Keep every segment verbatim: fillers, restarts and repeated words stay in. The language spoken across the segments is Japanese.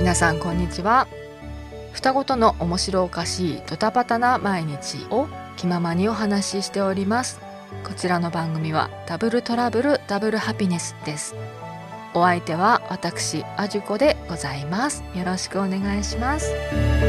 皆さんこんにちは。双子との面白おかしいドタパタな毎日を気ままにお話ししております。こちらの番組はダブルトラブルダブルハピネスです。お相手は私あじゅこでございます。よろしくお願いします。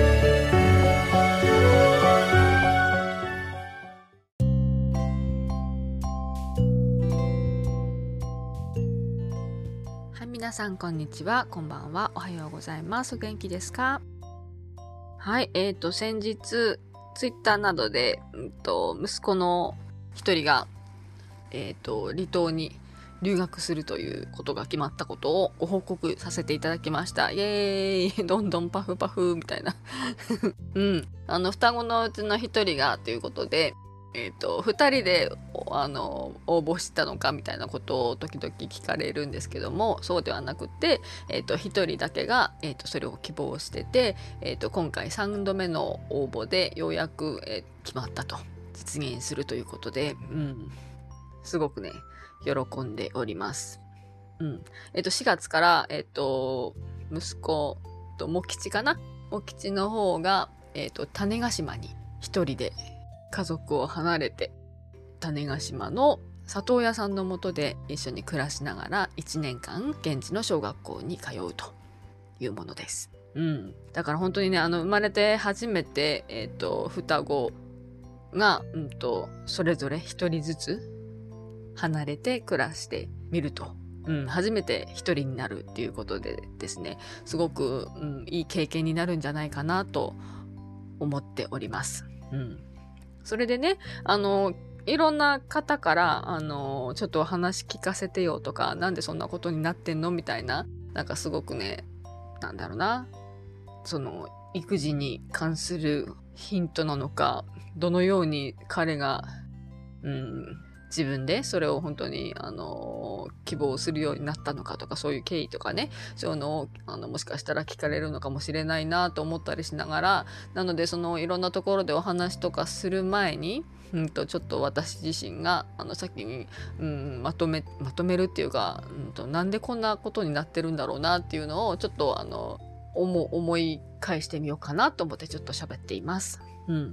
はい、皆さんこんにちは、こんばんは、おはようございます。お元気ですか？はい、えーと先日ツイッターなどで、うんと息子の一人が、えーと離島に留学するということが決まったことをご報告させていただきました。イエーイどんどんパフパフみたいなうんあの双子のうちの一人がということで、えーとふたりであの応募したのかみたいなことを時々聞かれるんですけども、そうではなくて、えーとひとりだけが、えーとそれを希望してて、えーと今回さんどめの応募でようやく、えー決まったと、実現するということで、うんすごくね喜んでおります。うんえーとしがつから、えーと息子ともきちかなもきちの方が、えーと種子島に一人で家族を離れて、種子島の里親さんの下で一緒に暮らしながらいちねんかん現地の小学校に通うというものです。うん、だから本当にね、あの生まれて初めて、えーと双子が、うんとそれぞれ一人ずつ離れて暮らしてみると、うん、初めて一人になるっていうことでですね、すごく、うん、いい経験になるんじゃないかなと思っております。うん、それでね、あのいろんな方からあのちょっとお話聞かせてよとか、なんでそんなことになってんのみたいな、なんかすごくね、なんだろうな、その育児に関するヒントなのか、どのように彼が、うん、自分でそれを本当にあの希望するようになったのかとか、そういう経緯とかね、そういうのをあのもしかしたら聞かれるのかもしれないなと思ったりしながら、なのでそのいろんなところでお話とかする前に、うんとちょっと私自身があの先に、うん、まとめまとめるっていうか、うんとなんでこんなことになってるんだろうなっていうのをちょっとあの思思い返してみようかなと思ってちょっと喋っています。うん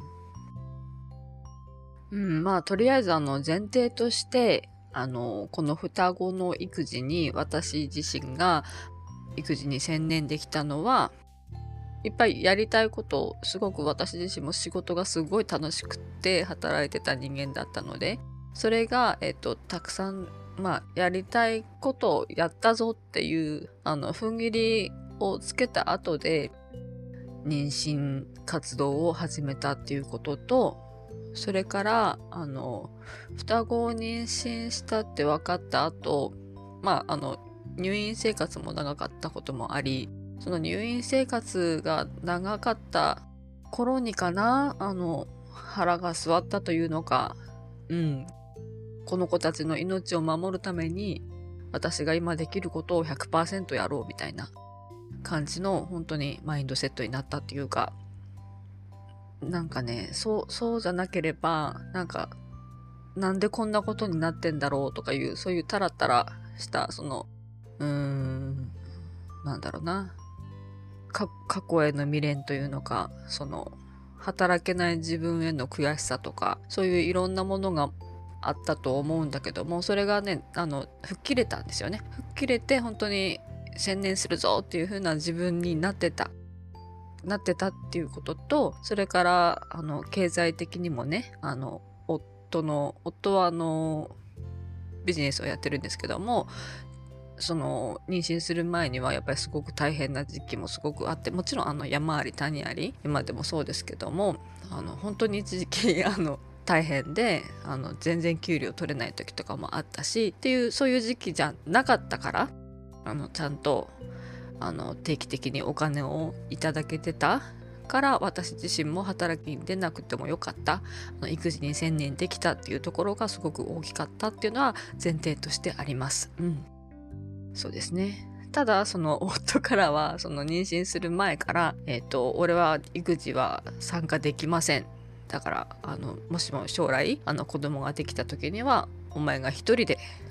うん、まあとりあえずあの前提として、あのこの双子の育児に私自身が育児に専念できたのは、いっぱいやりたいことを、すごく私自身も仕事がすごい楽しくって働いてた人間だったので、それが、えっと、たくさん、まあ、やりたいことをやったぞっていうあの踏ん切りをつけた後で妊娠活動を始めたっていうことと、それからあの双子を妊娠したって分かった後、まああの入院生活も長かったこともあり、その入院生活が長かった頃にかな、あの腹が据わったというのか、うんこの子たちの命を守るために私が今できることを ひゃくパーセント やろうみたいな感じの本当にマインドセットになったっていうか、なんかね、そうそうじゃなければ、なんかなんでこんなことになってんだろうとかいう、そういうタラタラしたそのうーんなんだろうな、か過去への未練というのか、その働けない自分への悔しさとか、そういういろんなものがあったと思うんだけども、それがね、あの吹っ切れたんですよね。吹っ切れて本当に専念するぞっていう風な自分になってたなってたっていうことと、それからあの経済的にもね、あの夫の夫はあのビジネスをやってるんですけども、その妊娠する前にはやっぱりすごく大変な時期もすごくあって、もちろんあの山あり谷あり、今でもそうですけども、あの本当に一時期あの大変で、あの全然給料取れない時とかもあったしっていう、そういう時期じゃなかったから、あのちゃんとあの定期的にお金をいただけてたから、私自身も働きに出なくてもよかった、あの育児に専念できたっていうところがすごく大きかったっていうのは前提としてあります。うんそうですね。ただその夫からは、その妊娠する前から、えっと俺は育児は参加できません、だからあのもしも将来あの子供ができた時にはお前が一人で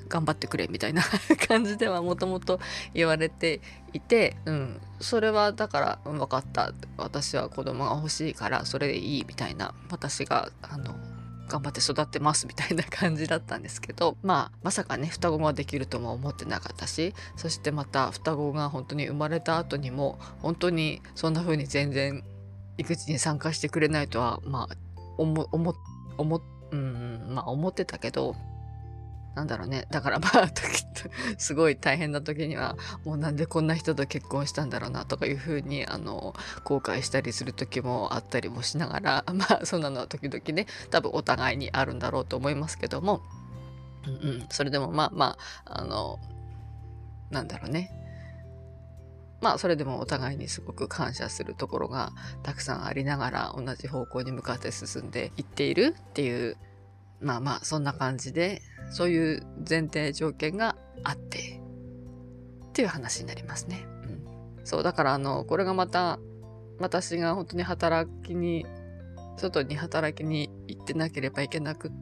頑張ってくれみたいな感じではもともと言われていて、うん、それはだから、うん、分かった、私は子供が欲しいからそれでいいみたいな、私があの頑張って育ってますみたいな感じだったんですけど、まあまさかね双子ができるとも思ってなかったし、そしてまた双子が本当に生まれた後にも本当にそんな風に全然育児に参加してくれないとはまあ思思思うんまあ思ってたけど、なんだろうね。だからまあ、すごい大変な時には、もうなんでこんな人と結婚したんだろうなとかいうふうに、あの、後悔したりする時もあったりもしながら、まあ、そんなのは時々ね、多分お互いにあるんだろうと思いますけども、うんうん、それでもまあまあ、あの、なんだろうね。まあ、それでもお互いにすごく感謝するところがたくさんありながら、同じ方向に向かって進んでいっているっていう、まあまあ、そんな感じで、そういう前提条件があってっていう話になりますね。うん、そうだからあのこれがまた私が本当に働きに外に働きに行ってなければいけなくって、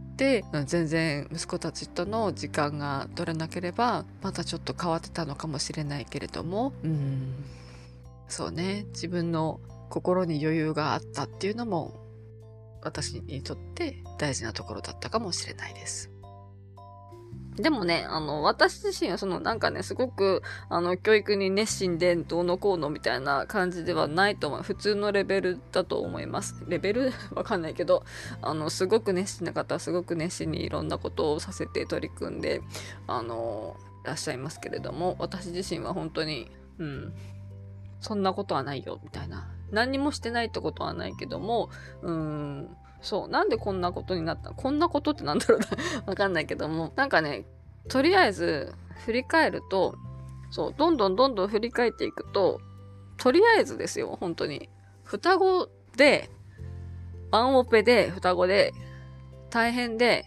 うん、全然息子たちとの時間が取れなければまたちょっと変わってたのかもしれないけれども、うん、そうね、自分の心に余裕があったっていうのも私にとって大事なところだったかもしれないです。でもね、あの、私自身はそのなんかね、すごく、あの、教育に熱心でどうのこうのみたいな感じではないと思う。普通のレベルだと思います。レベルわかんないけど、あの、すごく熱心な方はすごく熱心にいろんなことをさせて取り組んで、あの、いらっしゃいますけれども、私自身は本当に、うん、そんなことはないよ、みたいな。何にもしてないってことはないけども、うーん、そう、なんでこんなことになったこんなことってなんだろうなわかんないけども、なんかね、とりあえず振り返ると、そう、どんどんどんどん振り返っていくと、とりあえずですよ、本当に。双子で、ワンオペで双子で、大変で、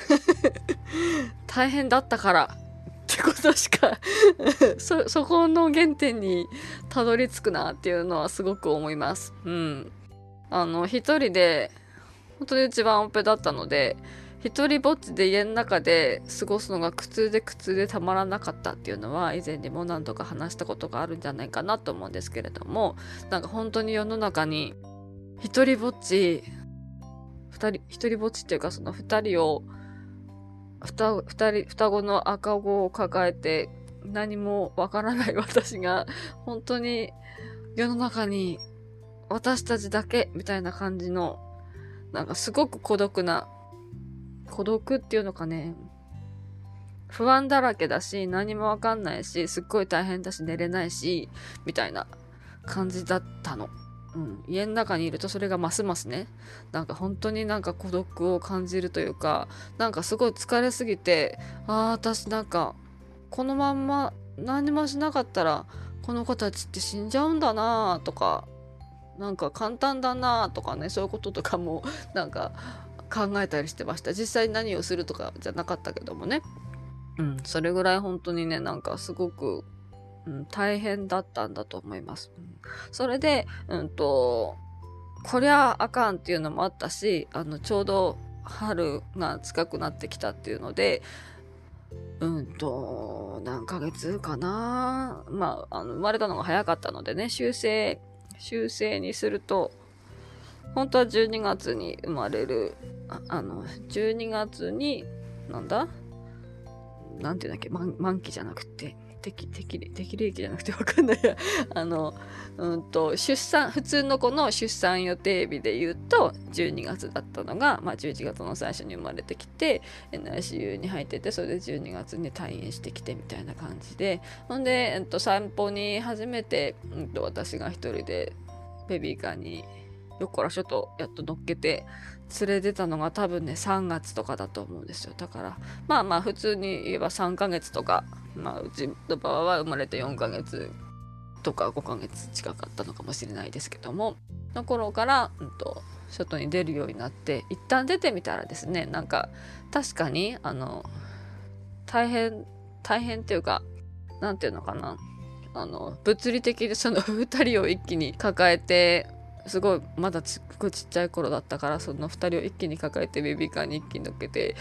大変だったからってことしかそ、そこの原点にたどり着くなっていうのはすごく思います。うん。あの、一人で、本当に一番オペだったので、一人ぼっちで家の中で過ごすのが苦痛で苦痛でたまらなかったっていうのは以前にも何度か話したことがあるんじゃないかなと思うんですけれども、なんか本当に世の中に一人ぼっち、二人、一人ぼっちっていうかその二人を、二二人、双子の赤子を抱えて何もわからない私が本当に世の中に私たちだけみたいな感じのなんかすごく孤独な、孤独っていうのかね、不安だらけだし、何もわかんないし、すっごい大変だし、寝れないし、みたいな感じだったの。うん。家の中にいるとそれがますますね、なんか本当になんか孤独を感じるというか、なんかすごい疲れすぎて、ああ、私なんか、このまんま何もしなかったら、この子たちって死んじゃうんだなとか、なんか簡単だなとかね、そういうこととかもなんか考えたりしてました。実際に何をするとかじゃなかったけどもね。うん、それぐらい本当にね、なんかすごく、うん、大変だったんだと思います。うん、それで、うんと、こりゃあかんっていうのもあったし、あの、ちょうど春が近くなってきたっていうので、うんと、何ヶ月かな。まあ、あの、生まれたのが早かったのでね、修正、修正にすると、本当はじゅうにがつに生まれる、あ、あの、じゅうにがつに、なんだなんていうんだっけ、満満期じゃなくて、適、適、適齢期じゃなくてわかんないや。あの、うんと、出産、普通の子の出産予定日で言うと、じゅうにがつだったのが、まあじゅういちがつの最初に生まれてきて、エヌアイシーユー に入ってて、それでじゅうにがつに退院してきてみたいな感じで、ほんで、えっと、散歩に初めて、うんと、私が一人でベビーカーによっこらしょとやっと乗っけて連れ出たのが多分ねさんがつとかだと思うんですよ。だからまあまあ普通に言えばさんかげつとか、まあうちの場合は生まれてよんかげつとかごかげつ近かったのかもしれないですけども、の頃から、うんと、外に出るようになって一旦出てみたらですね、なんか確かにあの大変大変っていうか、なんていうのかな、あの物理的でそのふたりを一気に抱えて、すごいまだちっちゃい頃だったから、そのふたりを一気に抱えてベビーカーに一気に乗っけて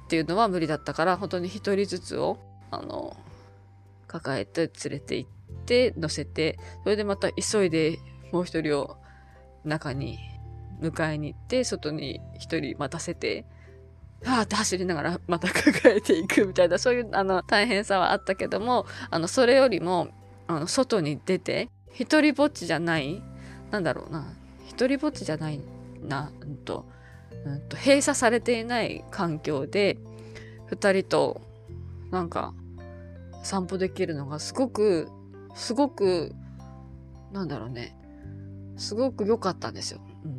っていうのは無理だったから、本当に一人ずつをあの抱えて連れて行って乗せて、それでまた急いでもう一人を中に迎えに行って外に一人待たせて、はーって走りながらまた抱えていくみたいな、そういうあの大変さはあったけども、あのそれよりもあの外に出て一人ぼっちじゃない、なんだろうな、一人ぼっちじゃないな、うんと、うんと閉鎖されていない環境で二人となんか散歩できるのがすごくすごくなんだろうね、すごく良かったんですよ。うん、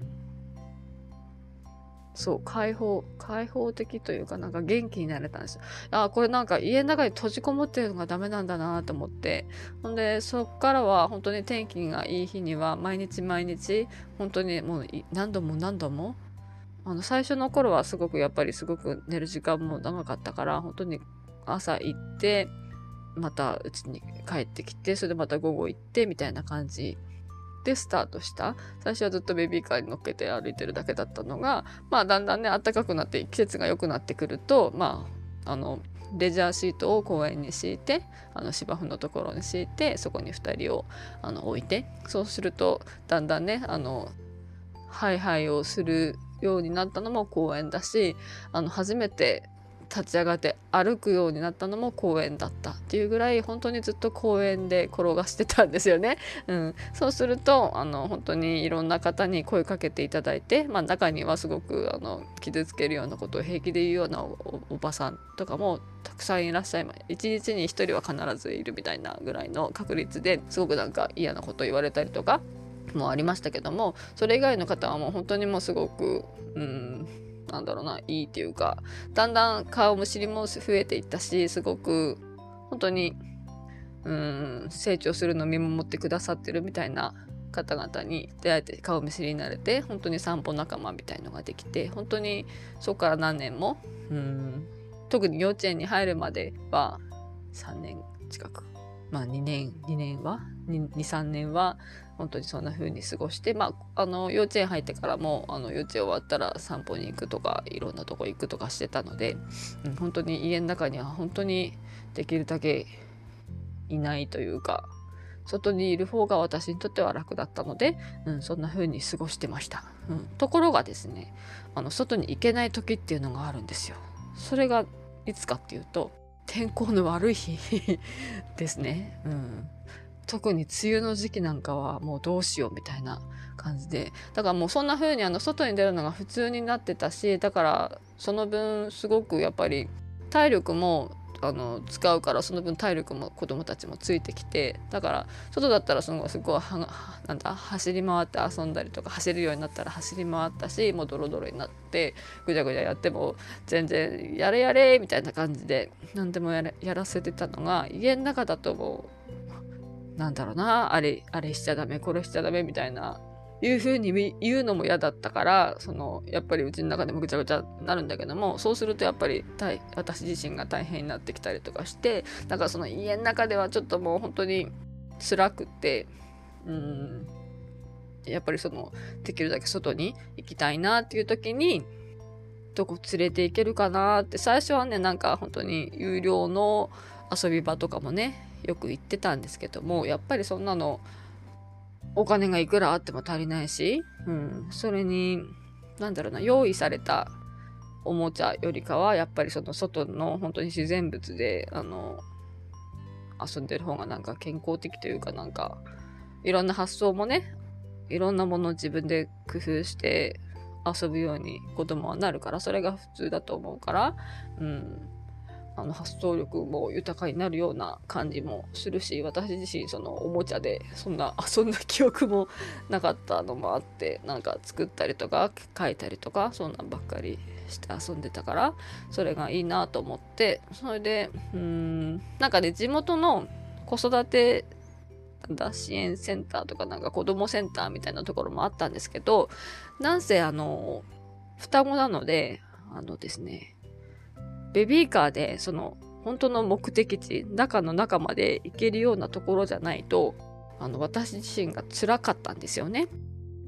そう開放開放的というか、なんか元気になれたんですよ。あ、これなんか家の中に閉じこもってるのがダメなんだなと思って、ほんでそっからは本当に天気がいい日には毎日毎日本当にもう何度も何度も、あの最初の頃はすごくやっぱりすごく寝る時間も長かったから、本当に朝行ってまた家に帰ってきて、それでまた午後行ってみたいな感じでスタートした。最初はずっとベビーカーに乗っけて歩いてるだけだったのが、まあだんだんね暖かくなって季節が良くなってくると、まああのレジャーシートを公園に敷いて、あの芝生のところに敷いて、そこにふたりをあの置いて、そうするとだんだんねあのハイハイをするようになったのも公園だし、あの初めて立ち上がって歩くようになったのも公園だったっていうぐらい、本当にずっと公園で転がしてたんですよね。うん、そうするとあの本当にいろんな方に声かけていただいて、まあ、中にはすごくあの傷つけるようなことを平気で言うような お, おばさんとかもたくさんいらっしゃいます。一日に一人は必ずいるみたいなぐらいの確率ですごくなんか嫌なこと言われたりとかもありましたけども、それ以外の方はもう本当にもうすごくうんなんだろうな、いいっていうか、だんだん顔むしりも増えていったし、すごく本当にうん成長するのを見守ってくださってるみたいな方々に出会えて、顔見知りになれて、本当に散歩仲間みたいのができて、本当にそこから何年もうん特に幼稚園に入るまではさんねん近く、まあ2年2年はにさんねんは本当にそんな風に過ごして、まあ、あの幼稚園入ってからもあの幼稚園終わったら散歩に行くとかいろんなとこ行くとかしてたので、うん、本当に家の中には本当にできるだけいないというか、外にいる方が私にとっては楽だったので、うん、そんな風に過ごしてました、うん、ところがですね、あの外に行けない時っていうのがあるんですよ。それがいつかっていうと天候の悪い日ですね、うん、特に梅雨の時期なんかはもうどうしようみたいな感じで、だからもうそんな風にあの外に出るのが普通になってたし、だからその分すごくやっぱり体力もあの使うから、その分体力も子供たちもついてきて、だから外だったらそのすごいはなんだ走り回って遊んだりとか、走るようになったら走り回ったし、もうドロドロになってぐちゃぐちゃやっても全然やれやれみたいな感じで何でもやれやらせてたのが、家の中だともうなんだろうな、あれあれしちゃダメこれしちゃダメみたいないう風に言うのも嫌だったから、そのやっぱりうちの中でもぐちゃぐちゃになるんだけども、そうするとやっぱり私自身が大変になってきたりとかして、だからその家の中ではちょっともう本当に辛くって、うーんやっぱりそのできるだけ外に行きたいなっていう時にどこ連れて行けるかなって、最初はねなんか本当に有料の遊び場とかもねよく行ってたんですけども、やっぱりそんなのお金がいくらあっても足りないし、うん、それになんだろうな、用意されたおもちゃよりかはやっぱりその外の本当に自然物であの遊んでる方がなんか健康的というか、なんかいろんな発想もね、いろんなものを自分で工夫して遊ぶように子供はなるから、それが普通だと思うから、うん、あの発想力も豊かになるような感じもするし、私自身そのおもちゃでそんな遊んだ記憶もなかったのもあって、なんか作ったりとか描いたりとかそんなんばっかりして遊んでたから、それがいいなと思って、それでうーんなんかね、地元の子育てなんだ支援センターとかなんか子どもセンターみたいなところもあったんですけど、なんせあの双子なのであのですねベビーカーでその本当の目的地中の中まで行けるようなところじゃないと、あの私自身が辛かったんですよね。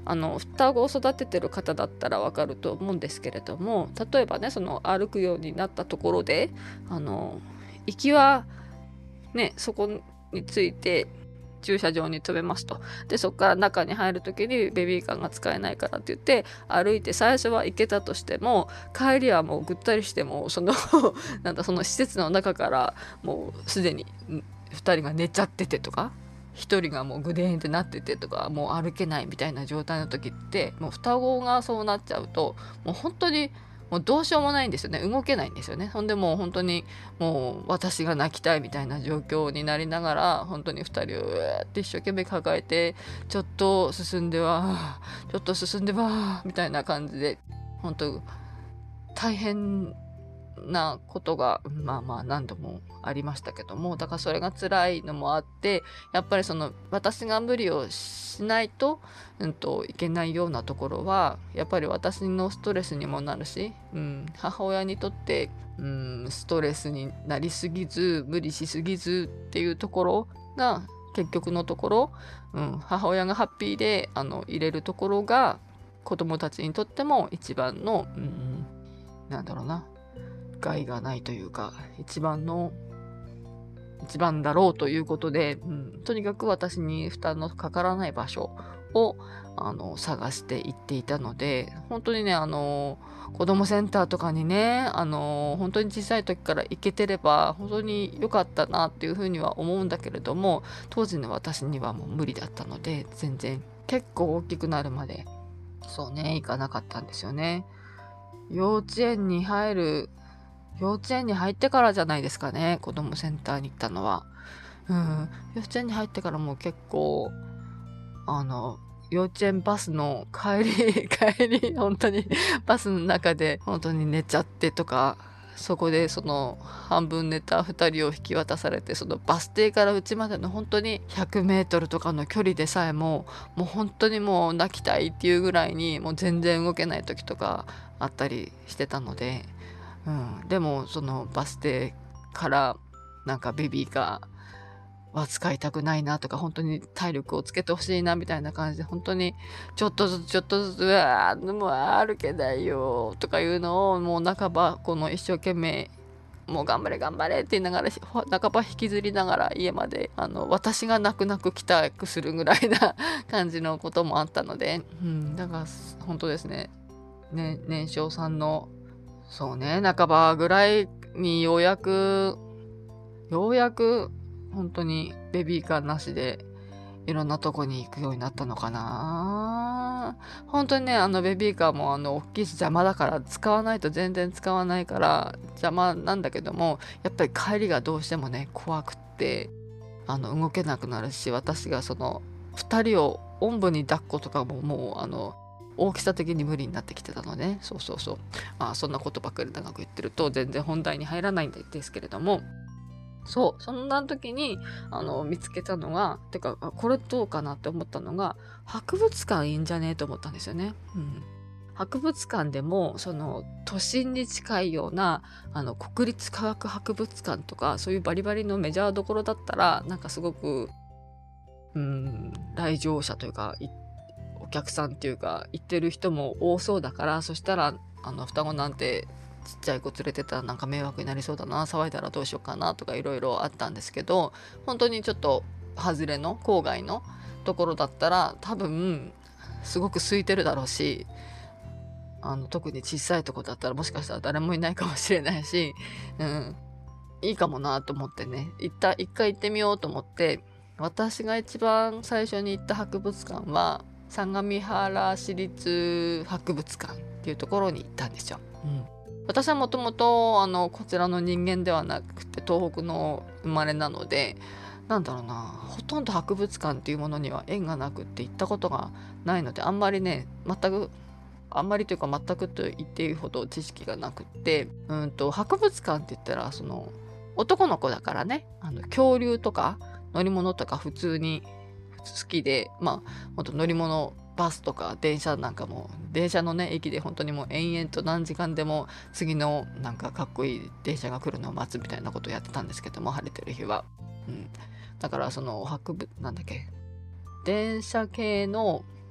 あの双子を育ててる方だったらわかると思うんですけれども、例えばねその歩くようになったところであの行きはねそこについて駐車場に止めますと。でそこから中に入る時にベビーカーが使えないからって言って歩いて最初は行けたとしても、帰りはもうぐったりしてもそのなんだその施設の中からもうすでにふたりが寝ちゃっててとか、ひとりがもうグデーンってなっててとか、もう歩けないみたいな状態の時って、もう双子がそうなっちゃうともう本当にもうどうしようもないんですよね。動けないんですよね。ほんでもう本当にもう私が泣きたいみたいな状況になりながら、本当にふたりをうーって一生懸命抱えて、ちょっと進んではちょっと進んではみたいな感じで、本当大変なことがまあまあ何度もありましたけども、だからそれが辛いのもあって、やっぱりその私が無理をしないと,、うん、といけないようなところはやっぱり私のストレスにもなるし、うん、母親にとって、うん、ストレスになりすぎず無理しすぎずっていうところが結局のところ、うん、母親がハッピーであの入れるところが子供たちにとっても一番の、うん、なんだろうな害がないというか、一番の一番だろうということで、うん、とにかく私に負担のかからない場所をあの探していっていたので、本当にねあの子どもセンターとかにねあの本当に小さい時から行けてれば本当に良かったなっていうふうには思うんだけれども、当時の私にはもう無理だったので、全然結構大きくなるまでそうね行かなかったんですよね。幼稚園に入る幼稚園に入ってからじゃないですかね、子供センターに行ったのは。うん、幼稚園に入ってからも結構、あの、幼稚園バスの帰り、帰り、本当にバスの中で本当に寝ちゃってとか、そこでその半分寝たふたりを引き渡されて、そのバス停から家までの本当にひゃくメートルとかの距離でさえも、もう本当にもう泣きたいっていうぐらいに、もう全然動けない時とかあったりしてたので、うん、でもそのバス停からなんかベビーカーは使いたくないなとか、本当に体力をつけてほしいなみたいな感じで、本当にちょっとずつちょっとずつうわーもう歩けないよとかいうのをもう半ばこの一生懸命もう頑張れ頑張れって言いながら半ば引きずりながら家まであの私が泣く泣く帰宅するぐらいな感じのこともあったので、うん、だから本当ですね、ね年少さんのそうね、半ばぐらいにようやく、ようやく本当にベビーカーなしでいろんなとこに行くようになったのかな。本当にね、あのベビーカーもあの大きいし邪魔だから使わないと全然使わないから邪魔なんだけども、やっぱり帰りがどうしてもね、怖くって、あの動けなくなるし、私がそのふたりをおんぶに抱っことかももうあの、大きさ的に無理になってきてたのね。そうそうそう。まあそんなことばっかり長く言ってると全然本題に入らないんですけれども、そう、そんな時にあの見つけたのが、てかこれどうかなって思ったのが、博物館いいんじゃねえと思ったんですよね。うん。博物館でもその都心に近いようなあの国立科学博物館とかそういうバリバリのメジャーどころだったらなんかすごくうん来場者というかお客さんっていうか行ってる人も多そうだから、そしたらあの双子なんてちっちゃい子連れてたらなんか迷惑になりそうだな、騒いだらどうしようかなとかいろいろあったんですけど、本当にちょっと外れの郊外のところだったら多分すごく空いてるだろうし、あの特に小さいとこだったらもしかしたら誰もいないかもしれないし、うん、いいかもなと思ってね、一旦一回行ってみようと思って、私が一番最初に行った博物館は相模原市立博物館っていうところに行ったんですよ。うん、私はもともとあのこちらの人間ではなくて東北の生まれなので、なんだろうな、ほとんど博物館っていうものには縁がなくって行ったことがないので、あんまりね全くあんまりというか全くと言っていいほど知識がなくって、うんと博物館って言ったらその男の子だからね、あの恐竜とか乗り物とか普通に好きで、まあ本当乗り物バスとか電車なんかも、電車のね駅で本当にもう延々と何時間でも次のなんかかっこいい電車が来るのを待つみたいなことをやってたんですけども、晴れてる日は、うん、だからその博物なんだっけ電車系の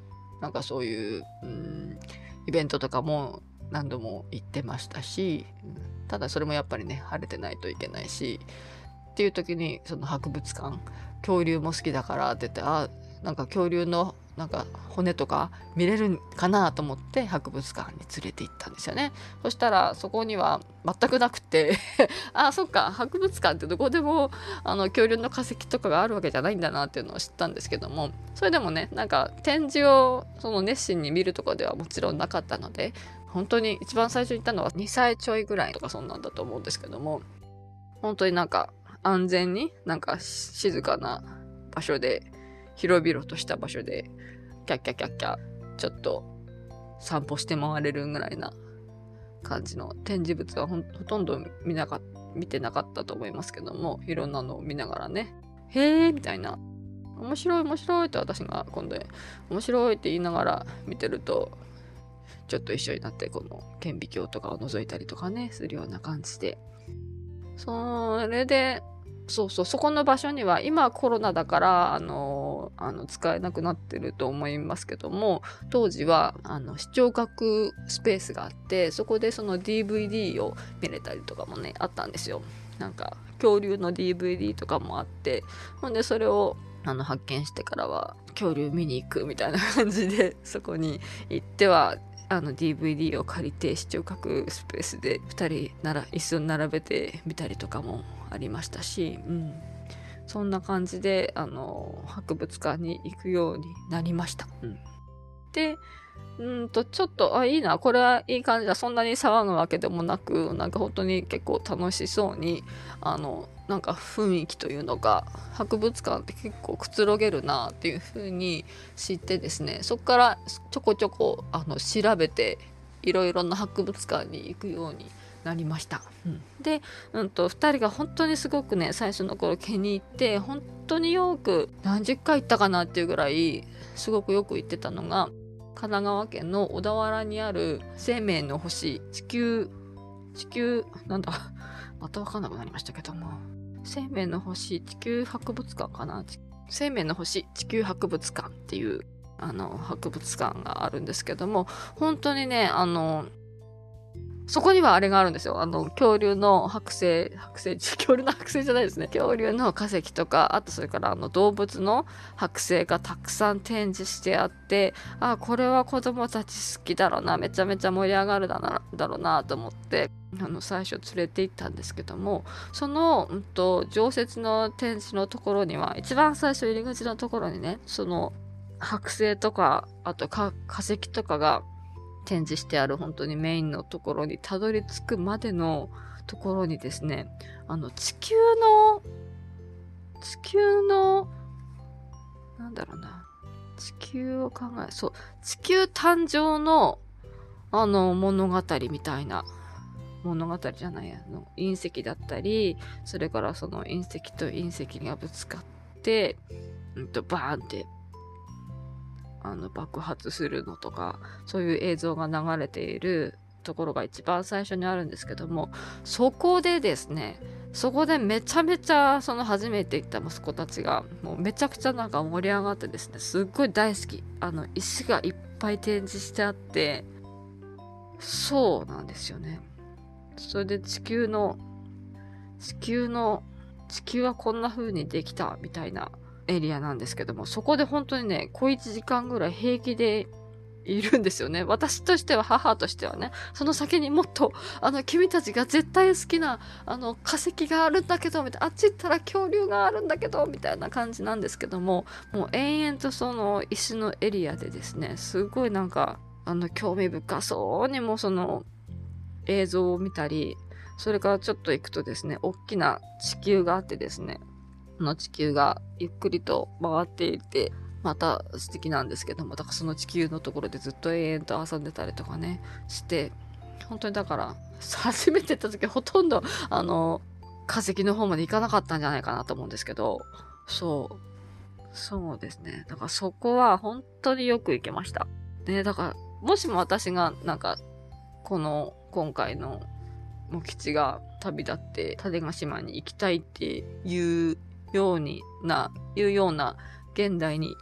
なんかそういう、うん、イベントとかも何度も行ってましたし、ただそれもやっぱりね、晴れてないといけないし、っていう時にその博物館、恐竜も好きだからって言って、あ、なんか恐竜のなんか骨とか見れるかなと思って博物館に連れて行ったんですよね。そしたらそこには全くなくてあ、そっか、博物館ってどこでもあの恐竜の化石とかがあるわけじゃないんだなっていうのを知ったんですけども、それでもね、なんか展示をその熱心に見るとかではもちろんなかったので、本当に一番最初に行ったのはにさいちょいぐらいとかそんなんだと思うんですけども、本当になんか安全になんか静かな場所で、広々とした場所でキャッキャキャッキャちょっと散歩して回れるぐらいな感じの展示物は ほ, ほとんど見なか見てなかったと思いますけども、いろんなのを見ながらね、へーみたいな、面白い面白いって私が今度面白いって言いながら見てると、ちょっと一緒になってこの顕微鏡とかを覗いたりとかねするような感じで、それでそうそう、そこの場所には今コロナだからあのあの使えなくなってると思いますけども、当時はあの視聴覚スペースがあって、そこでその ディーブイディー を見れたりとかもねあったんですよ。なんか恐竜の ディーブイディー とかもあって、ほんでそれをあの発見してからは恐竜見に行くみたいな感じで、そこに行ってはあの ディーブイディー を借りて視聴覚スペースでふたりなら椅子を並べて見たりとかもありましたし、うん、そんな感じであの博物館に行くようになりました。うん、でうんとちょっとあいいな、これはいい感じだ、そんなに騒ぐわけでもなく、なんか本当に結構楽しそうに、あのなんか雰囲気というのが、博物館って結構くつろげるなっていう風に知ってですね、そこからちょこちょこあの調べていろいろな博物館に行くようになりました。うん、で、うんとふたりが本当にすごくね、最初の頃気に入って、本当によく何十回行ったかなっていうぐらいすごくよく行ってたのが、神奈川県の小田原にある生命の星地球地球なんだまた分かんなくなりましたけども、生命の星地球博物館かな、生命の星地球博物館っていうあの博物館があるんですけども、本当にね、あのそこにはあれがあるんですよ。あの、恐竜の剥製、剥製、恐竜の剥製じゃないですね。恐竜の化石とか、あとそれからあの動物の剥製がたくさん展示してあって、あ、これは子供たち好きだろうな、めちゃめちゃ盛り上がるだなだろうなと思って、あの、最初連れて行ったんですけども、その、うんと、常設の展示のところには、一番最初入り口のところにね、その、剥製とか、あと化石とかが、展示してある本当にメインのところにたどり着くまでのところにですね、あの地球の地球のなんだろうな、地球を考えそう地球誕生のあの物語みたいな、物語じゃないやの隕石だったり、それからその隕石と隕石がぶつかって、うんとバーンってあの爆発するのとか、そういう映像が流れているところが一番最初にあるんですけども、そこでですね、そこでめちゃめちゃその初めて行った息子たちがもうめちゃくちゃなんか盛り上がってですね、すっごい大好き、あの石がいっぱい展示してあって、そうなんですよね。それで地球の地球の地球はこんな風にできたみたいなエリアなんですけども、そこで本当にね、小いちじかんぐらい平気でいるんですよね。私としては、母としてはね、その先にもっと、あの、君たちが絶対好きな、あの、化石があるんだけど、みたいな、あっち行ったら恐竜があるんだけど、みたいな感じなんですけども、もう延々とその石のエリアでですね、すごいなんか、あの、興味深そうにもその映像を見たり、それからちょっと行くとですね、大きな地球があってですね、の地球がゆっくりと回っていて、また素敵なんですけども、だからその地球のところでずっと永遠と遊んでたりとかねして、本当にだから初めて行った時ほとんどあの化石の方まで行かなかったんじゃないかなと思うんですけど、そうそうですね、だからそこは本当によく行けましたね。だからもしも私がなんかこの今回の茂吉が旅立って種子島に行きたいっていうようにな、いうような現代に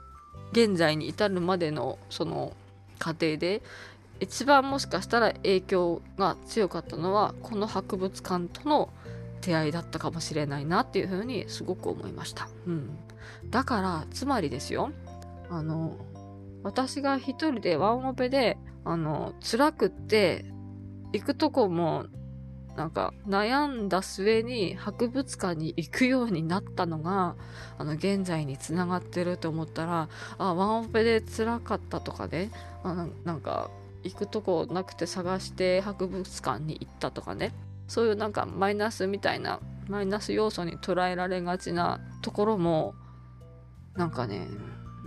現在に至るまでのその過程で一番もしかしたら影響が強かったのはこの博物館との出会いだったかもしれないなっていうふうにすごく思いました。うん、だからつまりですよ、あの私が一人でワンオペであの辛くって行くとこもなんか悩んだ末に博物館に行くようになったのがあの現在につながってると思ったら、あワンオペで辛かったとかね、あなんか行くとこなくて探して博物館に行ったとかね、そういうなんかマイナスみたいなマイナス要素に捉えられがちなところもなんかね、うん、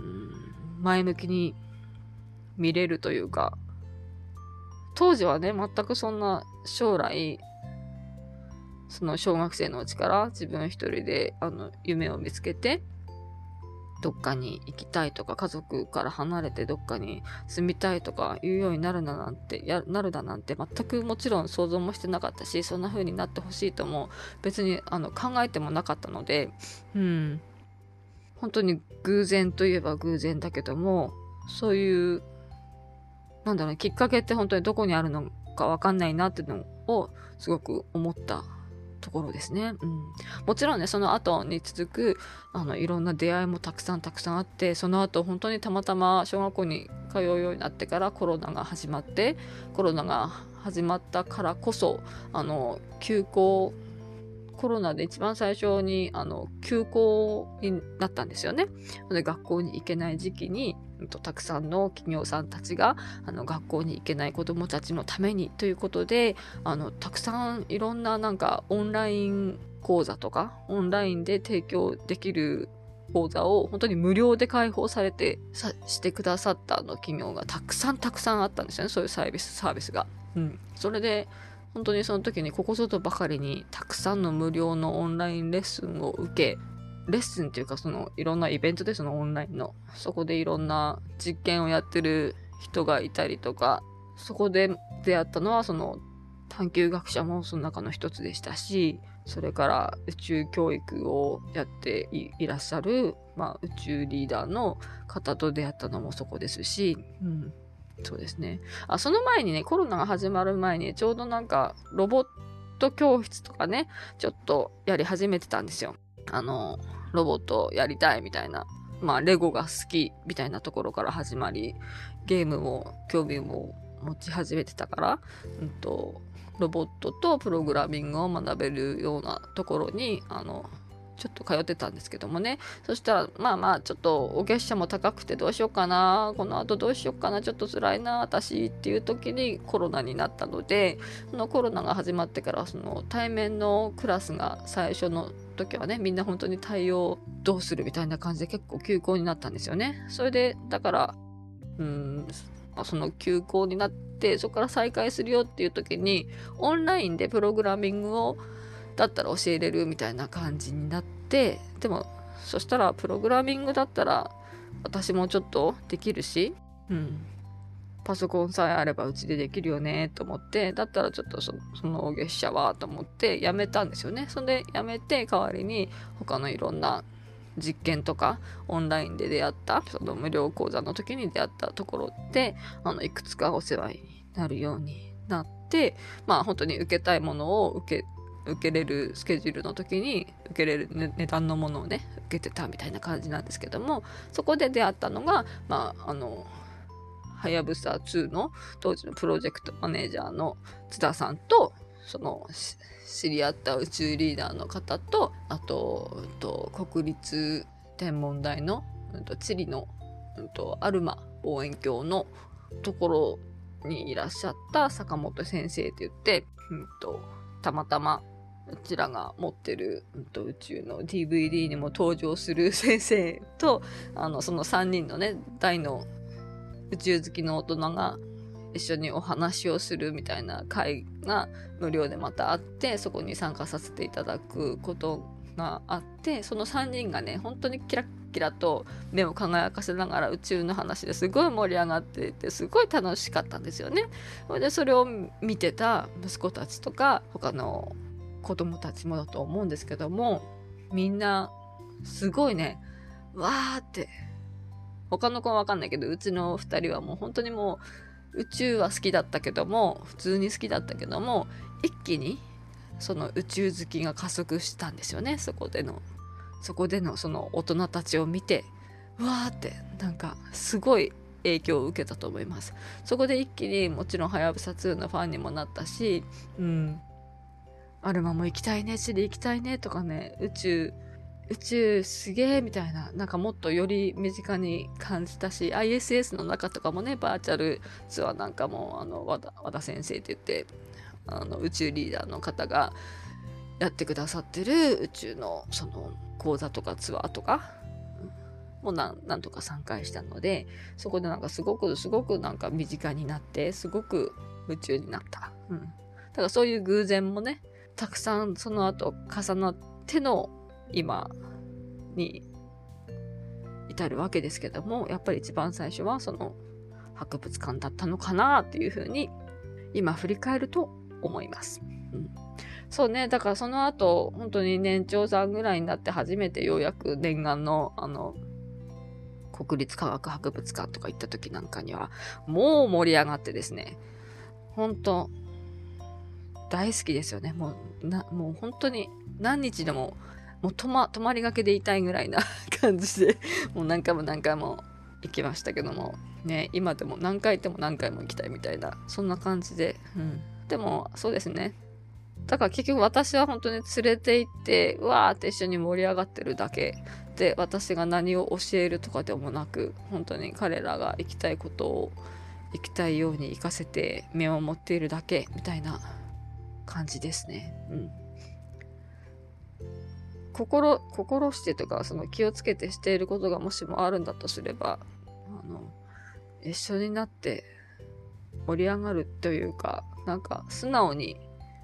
前向きに見れるというか、当時はね全くそんな将来その小学生のうちから自分一人であの夢を見つけてどっかに行きたいとか家族から離れてどっかに住みたいとかいうようになるだなんてやなるだなんて全くもちろん想像もしてなかったし、そんな風になってほしいとも別にあの考えてもなかったので、うん本当に偶然といえば偶然だけども、そういうなんだろう、きっかけって本当にどこにあるのかわかんないなっていうのをすごく思ったところですね。うん、もちろんねその後に続くあのいろんな出会いもたくさんたくさんあって、その後本当にたまたま小学校に通うようになってからコロナが始まってコロナが始まったからこそあの休校コロナで一番最初にあの休校になったんですよね。で学校に行けない時期にたくさんの企業さんたちがあの学校に行けない子どもたちのためにということであのたくさんいろんななんかオンライン講座とかオンラインで提供できる講座を本当に無料で開放されてさしてくださったあの企業がたくさんたくさんあったんですよね、そういうサービスサービスが。うん、それで本当にその時にここぞとばかりにたくさんの無料のオンラインレッスンを受け、レッスンっていうかそのいろんなイベントでそのオンラインのそこでいろんな実験をやってる人がいたりとか、そこで出会ったのはその探究学者もその中の一つでしたし、それから宇宙教育をやってい、いらっしゃる、まあ、宇宙リーダーの方と出会ったのもそこですし、うんそうですね。あ、その前にね、コロナが始まる前に、ちょうどなんか、ロボット教室とかね、ちょっとやり始めてたんですよ。あの、ロボットやりたいみたいな、まあ、レゴが好きみたいなところから始まり、ゲームも興味も持ち始めてたから、うんと、ロボットとプログラミングを学べるようなところに、あの、ちょっと通ってたんですけどもね。そしたらまあまあちょっとお月謝も高くてどうしようかな、この後どうしようかな、ちょっと辛いな私っていう時にコロナになったので、そのコロナが始まってからその対面のクラスが最初の時はねみんな本当に対応どうするみたいな感じで結構休校になったんですよね。それでだからうーんその休校になってそこから再開するよっていう時にオンラインでプログラミングをだったら教えれるみたいな感じになって、でもそしたらプログラミングだったら私もちょっとできるし、うん、パソコンさえあればうちでできるよねと思って、だったらちょっと そ, その月謝はと思ってやめたんですよね。それでやめて代わりに他のいろんな実験とかオンラインで出会ったその無料講座の時に出会ったところであのいくつかお世話になるようになって、まあ本当に受けたいものを受け受けれるスケジュールの時に受けれる、ね、値段のものをね受けてたみたいな感じなんですけども、そこで出会ったのがまああのはやぶさツーの当時のプロジェクトマネージャーの津田さんとその知り合った宇宙リーダーの方とあと、うん、と国立天文台の、うん、と地理の、うん、とアルマ望遠鏡のところにいらっしゃった坂本先生って言って、うん、とたまたまうちらが持ってる、うん、と宇宙の ディーブイディー にも登場する先生とあのそのさんにんのね大の宇宙好きの大人が一緒にお話をするみたいな会が無料でまたあって、そこに参加させていただくことがあって、そのさんにんがね本当にキラッキラと目を輝かせながら宇宙の話ですごい盛り上がっていてすごい楽しかったんですよね。でそれを見てた息子たちとか他の子供たちもだと思うんですけども、みんなすごいねわーって他の子はわかんないけど、うちの二人はもう本当にもう宇宙は好きだったけども、普通に好きだったけども、一気にその宇宙好きが加速したんですよね。そこでのそこでのその大人たちを見て、うわーってなんかすごい影響を受けたと思います。そこで一気にもちろんはやぶさツーのファンにもなったし、うんアルマも行きたいね、地理行きたいねとかね、宇宙宇宙すげーみたいな、なんかもっとより身近に感じたし、 アイエスエス の中とかもね、バーチャルツアーなんかもあの和田、和田先生って言ってあの宇宙リーダーの方がやってくださってる宇宙のその講座とかツアーとかも何何とか参加したので、そこでなんかすごくすごくなんか身近になって、すごく夢中になった、うん、だからそういう偶然もねたくさんその後重なっての今に至るわけですけども、やっぱり一番最初はその博物館だったのかなっていうふうに今振り返ると思います、うん、そうね。だからその後本当に年長さんぐらいになって初めてようやく念願のあの国立科学博物館とか行った時なんかにはもう盛り上がってですね、本当大好きですよね。もうなもう本当に何日でももう泊ま泊まりがけでいたいぐらいな感じでもう何回も何回も行きましたけどもね、今でも何回行っても何回も行きたいみたいな、そんな感じで、うん、でもそうですね。だから結局私は本当に連れて行ってうわーって一緒に盛り上がってるだけで、私が何を教えるとかでもなく、本当に彼らが行きたいことを行きたいように行かせて見守っているだけみたいな感じですね。うん。心心してとかその気をつけてしていることがもしもあるんだとすれば、あの一緒になって盛り上がるというか、なんか素直に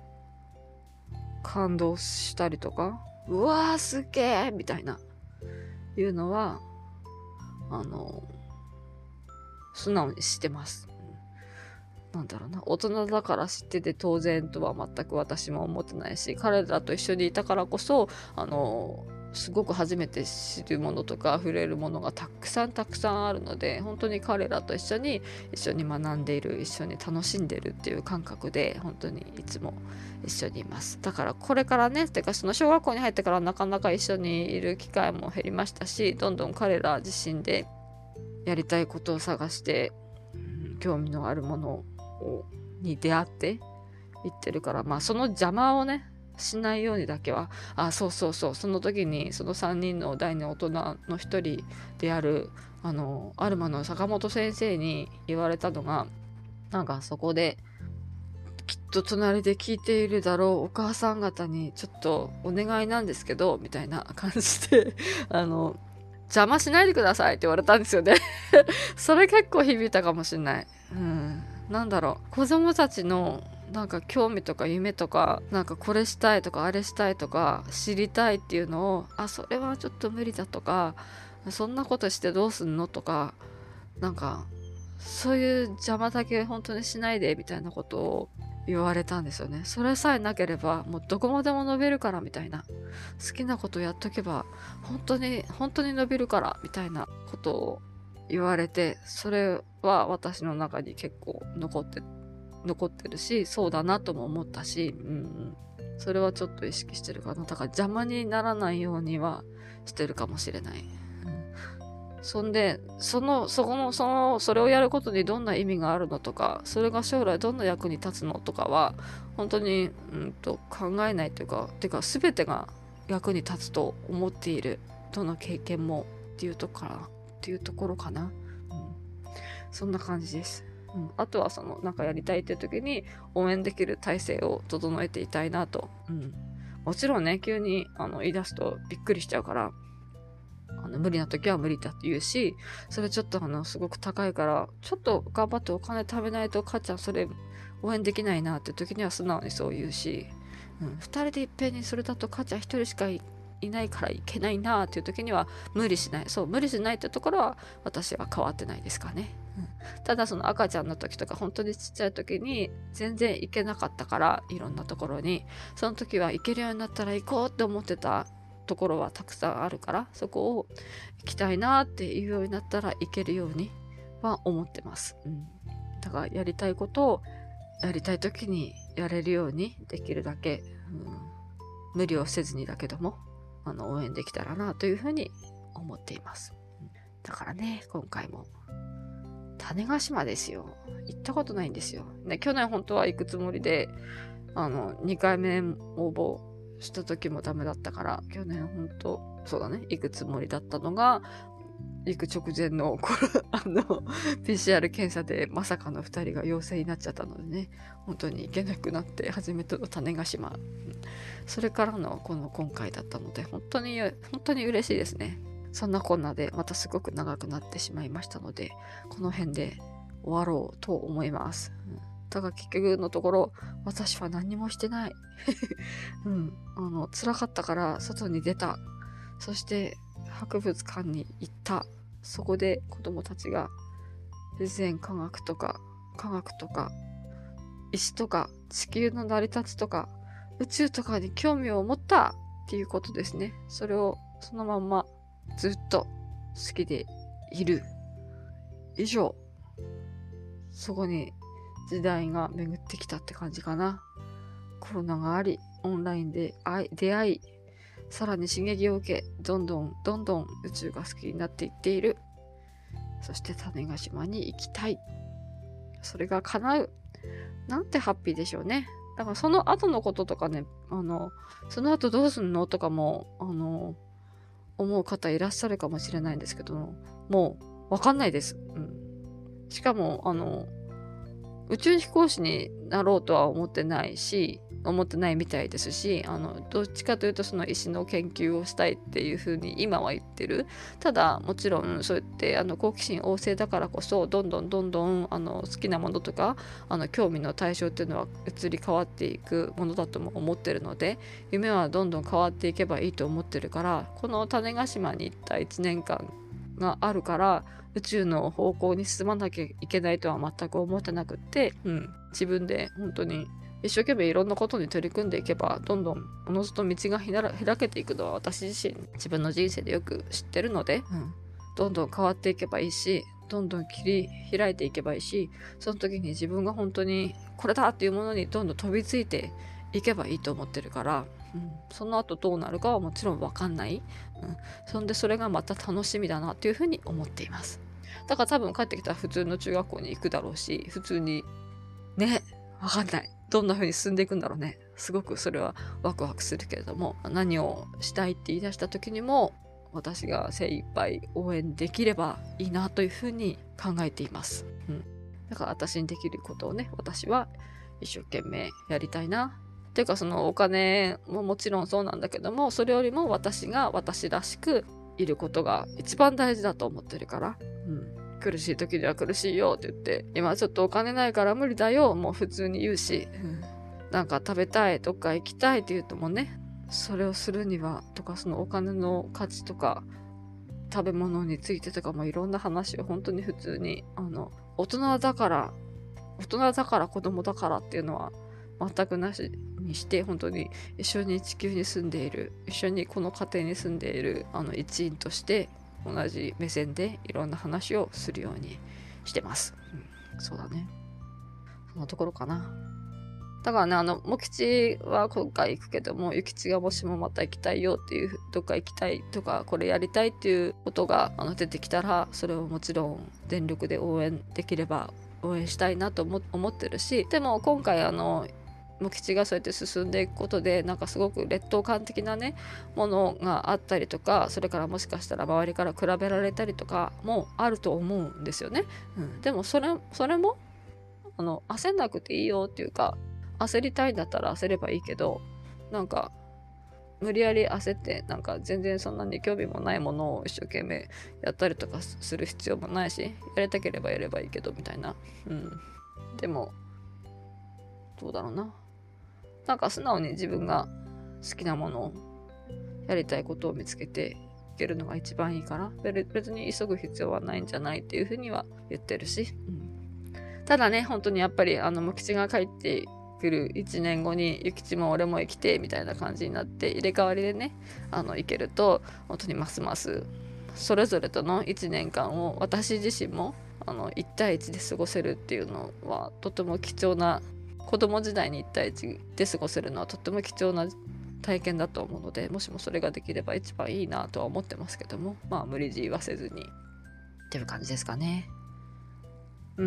感動したりとか、うわーすげーみたいないうのはあの素直にしてます。なんだろうな、大人だから知ってて当然とは全く私も思ってないし、彼らと一緒にいたからこそあのすごく初めて知るものとか触れるものがたくさんたくさんあるので、本当に彼らと一緒に一緒に学んでいる、一緒に楽しんでるっていう感覚で本当にいつも一緒にいます。だからこれからね、てかその小学校に入ってからなかなか一緒にいる機会も減りましたし、どんどん彼ら自身でやりたいことを探して、うん、興味のあるものに出会っていってるから、まあその邪魔をねしないようにだけは、あ、そうそうそう、その時にそのさんにんの大の大人の一人であるあのアルマの坂本先生に言われたのが、なんかそこできっと隣で聞いているだろうお母さん方にちょっとお願いなんですけどみたいな感じであの邪魔しないでくださいって言われたんですよねそれ結構響いたかもしれない。うん、なんだろう、子供たちのなんか興味とか夢とか、なんかこれしたいとかあれしたいとか知りたいっていうのを、あ、それはちょっと無理だとか、そんなことしてどうすんのとか、なんかそういう邪魔だけ本当にしないでみたいなことを言われたんですよね。それさえなければもうどこまでも伸びるからみたいな、好きなことやっとけば本当に本当に伸びるからみたいなことを言われて、それは私の中に結構残って残ってるし、そうだなとも思ったし、うん、それはちょっと意識してるかな。だから邪魔にならないようにはしてるかもしれない。そんで、その、そこの、その、それをやることにどんな意味があるのとか、それが将来どんな役に立つのとかは、本当に、うんと、考えないというか、てか、すべてが役に立つと思っている。どの経験も、っていうとこから、っていうところかな。うん、そんな感じです。うん、あとは、その、なんかやりたいっていう時に、応援できる体制を整えていたいなと。うん、もちろんね、急に、あの、言い出すとびっくりしちゃうから、あの無理な時は無理だって言うし、それちょっとあのすごく高いからちょっと頑張ってお金貯めないと母ちゃんそれ応援できないなって時には素直にそう言うし、うん、ふたりでいっぺんにそれだと母ちゃんひとりしか い, いないからいけないなっていう時には無理しない、そう無理しないってところは私は変わってないですかね、うん、ただその赤ちゃんの時とか本当にちっちゃい時に全然行けなかったから、いろんなところにその時は行けるようになったら行こうって思ってたところはたくさんあるから、そこを行きたいなっていうようになったら行けるようには思ってます。うん、だからやりたいことをやりたい時にやれるようにできるだけ、うん、無理をせずにだけどもあの応援できたらなというふうに思っています。だからね、今回も種子島ですよ。行ったことないんですよ。ね、去年本当は行くつもりで、あのにかいめ応募した時もダメだったから、去年本当そうだね行くつもりだったのが、行く直前のあの ピーシーアール 検査でまさかのふたりが陽性になっちゃったのでね、本当に行けなくなって初めての種子島、うん、それからのこの今回だったので本当に本当に嬉しいですね。そんなこんなでまたすごく長くなってしまいましたので、この辺で終わろうと思います。うん、だから結局のところ私は何もしてない、うん、あの辛かったから外に出た、そして博物館に行った。そこで子供たちが自然科学とか科学とか石とか地球の成り立ちとか宇宙とかに興味を持ったっていうことですね。それをそのまんまずっと好きでいる。以上。そこに時代が巡ってきたって感じかな。コロナがあり、オンラインで出会い、さらに刺激を受け、どんどんどんどん宇宙が好きになっていっている。そして種子島に行きたい。それが叶う。なんてハッピーでしょうね。だからその後のこととかね、あの、その後どうすんのとかも、あの、思う方いらっしゃるかもしれないんですけど、もうわかんないです。うん。しかも、あの、宇宙飛行士になろうとは思ってないし、思ってないみたいですし、あのどっちかというとその石の研究をしたいっていうふうに今は言ってる。ただもちろんそうやってあの好奇心旺盛だからこそどんどんどんどんあの好きなものとかあの興味の対象っていうのは移り変わっていくものだとも思ってるので、夢はどんどん変わっていけばいいと思ってるから、この種子島に行ったいちねんかんがあるから宇宙の方向に進まなきゃいけないとは全く思ってなくって、うん、自分で本当に一生懸命いろんなことに取り組んでいけばどんどんおのずと道が開けていくのは私自身自分の人生でよく知ってるので、うん、どんどん変わっていけばいいし、どんどん切り開いていけばいいし、その時に自分が本当にこれだっていうものにどんどん飛びついていけばいいと思ってるから、うん、その後どうなるかはもちろん分かんない、うん、そんでそれがまた楽しみだなっていうふうに思っています。だから多分帰ってきたら普通の中学校に行くだろうし、普通にね、分かんない、どんな風に進んでいくんだろうね。すごくそれはワクワクするけれども、何をしたいって言い出した時にも私が精一杯応援できればいいなというふうに考えています、うん、だから私にできることをね、私は一生懸命やりたいなっていうか、そのお金ももちろんそうなんだけども、それよりも私が私らしくいることが一番大事だと思ってるから、うん、苦しい時には苦しいよって言って、今ちょっとお金ないから無理だよもう普通に言うし、うん、なんか食べたい、どっか行きたいって言うともね、それをするにはとか、そのお金の価値とか食べ物についてとかもいろんな話を本当に普通に、あの大人だから大人だから子供だからっていうのは全くなしにして、本当に一緒に地球に住んでいる、一緒にこの家庭に住んでいるあの一員として同じ目線でいろんな話をするようにしてます、うん、そうだね、そのところかな。だからね、あの、もきちは今回行くけども、ゆきちがもしもまた行きたいよっていう、どっか行きたいとか、これやりたいっていうことがあの出てきたら、それをもちろん全力で応援できれば応援したいなと思思ってるし、でも今回あの、もきちがそうやって進んでいくことで、なんかすごく劣等感的なね、ものがあったりとか、それからもしかしたら周りから比べられたりとかもあると思うんですよね。うん、でもそれ、それも、あの、焦んなくていいよっていうか、焦りたいんだったら焦ればいいけど、なんか無理やり焦ってなんか全然そんなに興味もないものを一生懸命やったりとかする必要もないし、やりたければやればいいけどみたいな、うん、でもどうだろうな、なんか素直に自分が好きなものをやりたいことを見つけていけるのが一番いいから、別に急ぐ必要はないんじゃないっていうふうには言ってるし、うん、ただね、本当にやっぱりあのもきちが帰って来るいちねんごにゆきちも俺も生きてみたいな感じになって入れ替わりでねあの行けると本当にますますそれぞれとのいちねんかんを私自身もあのいち対いちで過ごせるっていうのはとても貴重な、子供時代にいち対いちで過ごせるのはとても貴重な体験だと思うので、もしもそれができれば一番いいなとは思ってますけども、まあ無理強いはせずにっていう感じですかね。うん。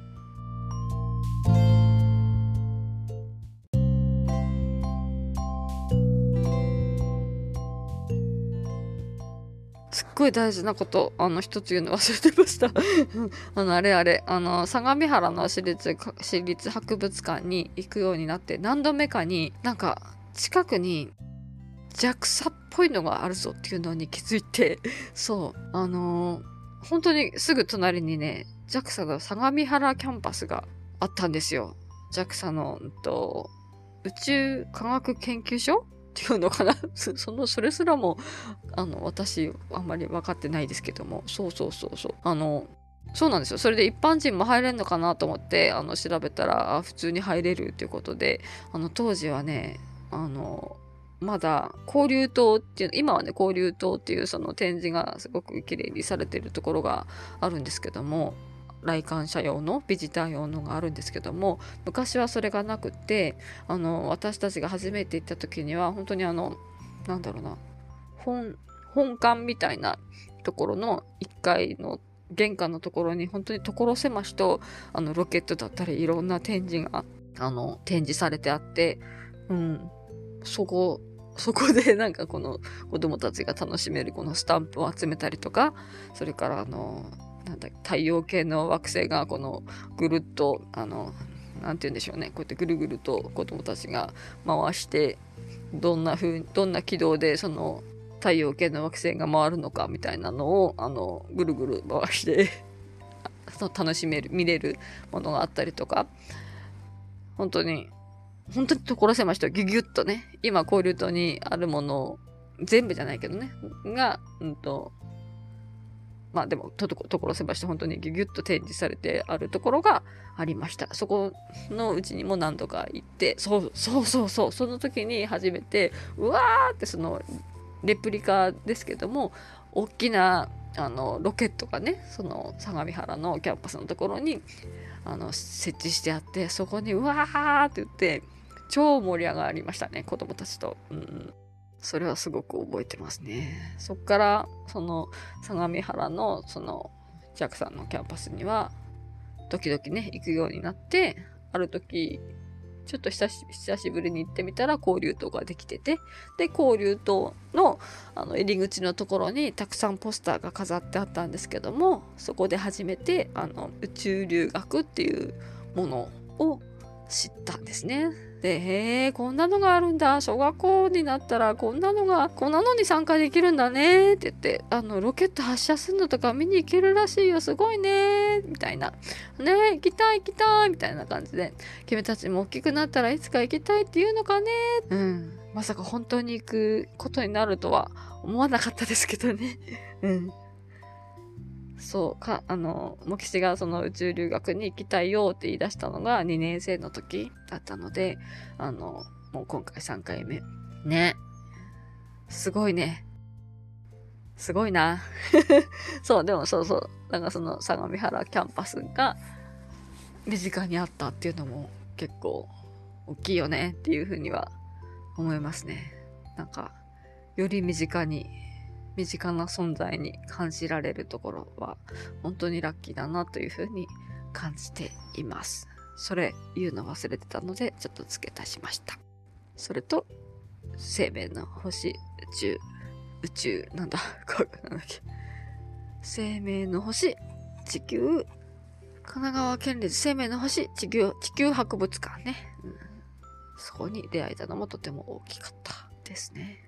すっごい大事なことあの一つ言うの忘れてましたあのあれあれあの相模原の市立市立博物館に行くようになって何度目かになんか近くに ジャクサ っぽいのがあるぞっていうのに気づいて、そうあのー、本当にすぐ隣にね ジャクサ の相模原キャンパスがあったんですよ。 ジャクサ の、うんと、宇宙科学研究所っていうのかなそのそれすらもあの私あんまり分かってないですけども、そうそうそうそうあのそうなんですよ。それで一般人も入れるのかなと思ってあの調べたらあ普通に入れるっていうことで、あの当時はねあのまだ交流棟っていう今はね交流棟っていうその展示がすごく綺麗にされてるところがあるんですけども、来館者用のビジター用のがあるんですけども、昔はそれがなくて、あの私たちが初めて行った時には本当にあのなんだろうな本本館みたいなところのいっかいの玄関のところに本当に所狭しとあのロケットだったりいろんな展示があの展示されてあって、うん、そこそこでなんかこの子供たちが楽しめるこのスタンプを集めたりとか、それからあのなんだ太陽系の惑星がこのぐるっとあのなんて言うんでしょうね、こうやってぐるぐると子供たちが回してどんな風どんな軌道でその太陽系の惑星が回るのかみたいなのをあのぐるぐる回して楽しめる見れるものがあったりとか、本当に本当に所狭しとギュギュッとね、今交流棟にあるものを全部じゃないけどねがうんとまあでもと所狭しと本当にギュギュッと展示されてあるところがありました。そこのうちにも何度か行って、そうそうそうそうその時に初めてうわーってそのレプリカですけども大きなあのロケットがねその相模原のキャンパスのところにあの設置してあって、そこにうわーって言って超盛り上がりましたね子供たちと、うん、それはすごく覚えてますね。そっからその相模原のその ジャクサ のキャンパスには時々ね行くようになって、ある時ちょっと久し久しぶりに行ってみたら交流棟ができてて、で交流棟のあの入り口のところにたくさんポスターが飾ってあったんですけども、そこで初めてあの宇宙留学っていうものを知ったんですね。で、へえ、こんなのがあるんだ。小学校になったらこんなのが、こんなのに参加できるんだねって言って、あの、ロケット発射するのとか見に行けるらしいよ。すごいねみたいな。ね行きたい行きたいみたいな感じで、君たちも大きくなったらいつか行きたいっていうのかね。うん。まさか本当に行くことになるとは思わなかったですけどね。うん。そうか、あの、モキシがその宇宙留学に行きたいよって言い出したのがにねん生の時だったので、あの、もう今回さんかいめ。ね。すごいね。すごいな。そう、でもそうそう。なんかその相模原キャンパスが身近にあったっていうのも結構大きいよねっていうふうには思いますね。なんか、より身近に身近な存在に感じられるところは本当にラッキーだなというふうに感じています。それ言うの忘れてたのでちょっと付け足しました。それと生命の星、宇宙宇宙なんだなんだっけ生命の星、地球、神奈川県立生命の星地球地球博物館ね、うん、そこに出会えたのもとても大きかったですね。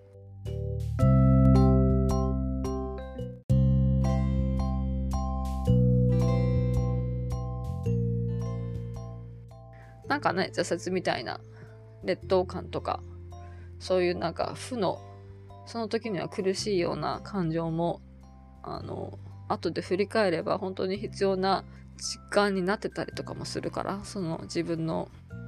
なんかね、挫折みたいな劣等感とか、そういうなんか負の、その時には苦しいような感情も、あの、後で振り返れば本当に必要な実感になってたりとかもするから、その自分の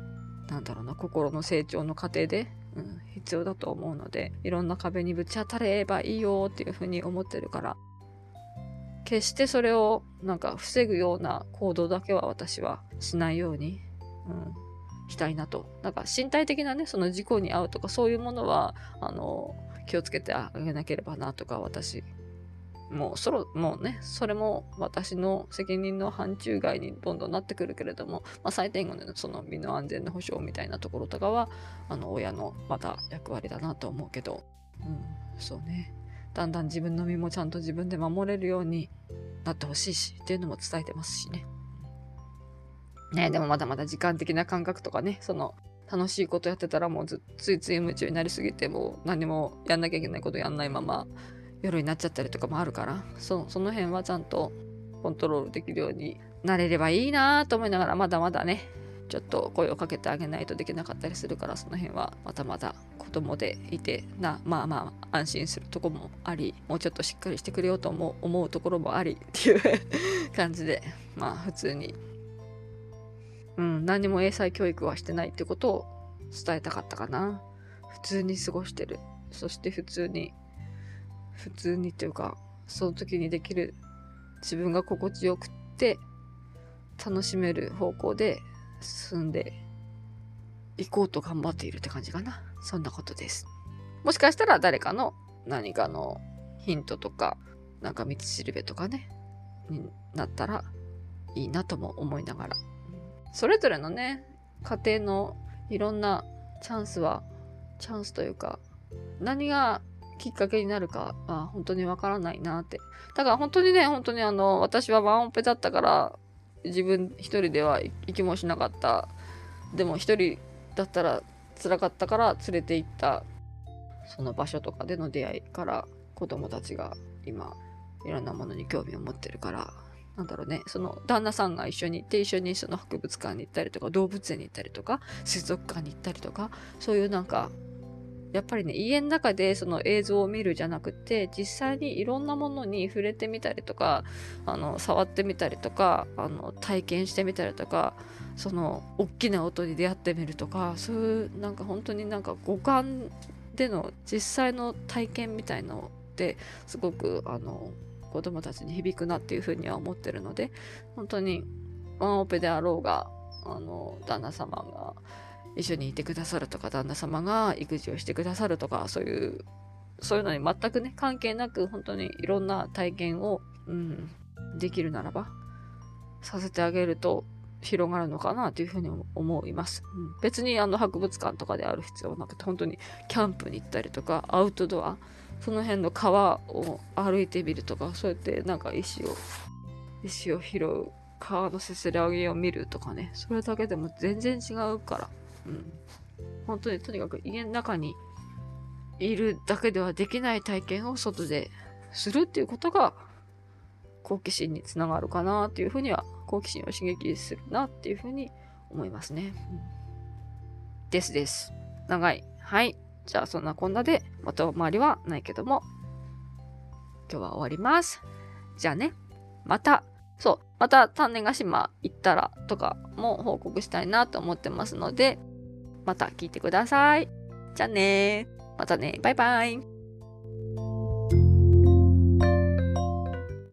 なんだろうな、心の成長の過程で、うん、必要だと思うので、いろんな壁にぶち当たればいいよっていうふうに思ってるから、決してそれをなんか防ぐような行動だけは私はしないように、うん、したいなと。なんか身体的なね、その事故に遭うとかそういうものは、あの、気をつけてあげなければなとか、私、もうそろ、もうね、それも私の責任の範疇外にどんどんなってくるけれども、まあ、最低限のその身の安全の保障みたいなところとかは、あの、親のまた役割だなと思うけど、うん、そうね。だんだん自分の身もちゃんと自分で守れるようになってほしいし、っていうのも伝えてますしね。ね、でもまだまだ時間的な感覚とかね、その、楽しいことやってたらもうずついつい夢中になりすぎて、もう何もやんなきゃいけないことやんないまま夜になっちゃったりとかもあるから、そ, その辺はちゃんとコントロールできるようになれればいいなと思いながら、まだまだね、ちょっと声をかけてあげないとできなかったりするから、その辺はまだまだ子供でいてな、まあまあ安心するところもあり、もうちょっとしっかりしてくれようと思う、思うところもありっていう感じで、まあ普通に、うん、何も英才教育はしてないってことを伝えたかったかな。普通に過ごしてる。そして普通に、普通にっていうか、その時にできる自分が心地よくって楽しめる方向で進んでいこうと頑張っているって感じかな。そんなことです。もしかしたら誰かの何かのヒントとか、なんか道しるべとかね、になったらいいなとも思いながら。それぞれのね、家庭のいろんなチャンスは、チャンスというか、何がきっかけになるかは本当にわからないなって。だから本当にね、本当にあの、私はワンオペだったから、自分一人では行きもしなかった。でも一人だったら辛かったから連れて行った、その場所とかでの出会いから子供たちが今、いろんなものに興味を持ってるから、なんだろうね、その旦那さんが一緒に行って一緒にその博物館に行ったりとか動物園に行ったりとか水族館に行ったりとか、そういうなんかやっぱりね、家の中でその映像を見るじゃなくて、実際にいろんなものに触れてみたりとか、あの触ってみたりとか、あの体験してみたりとか、その大きな音に出会ってみるとか、そういうなんか本当になんか五感での実際の体験みたいのってすごくあの子供たちに響くなっていうふうには思ってるので、本当にワンオペであろうが、あの旦那様が一緒にいてくださるとか、旦那様が育児をしてくださるとか、そういうそういうのに全くね関係なく、本当にいろんな体験を、うん、できるならばさせてあげると広がるのかなというふうに思います、うん、別にあの博物館とかである必要なくて、本当にキャンプに行ったりとか、アウトドア、その辺の川を歩いてみるとか、そうやってなんか石を石を拾う、川のせせらぎを見るとかね、それだけでも全然違うから、うん、本当にとにかく家の中にいるだけではできない体験を外でするっていうことが好奇心につながるかなっていうふうには、好奇心を刺激するなっていうふうに思いますね、うん、ですです。長い。はい、じゃあそんなこんなでまた回りはないけども、今日は終わります。じゃあね、また、そう、また種子島行ったらとかも報告したいなと思ってますので、また聞いてください。じゃあね、またね、バイバイ。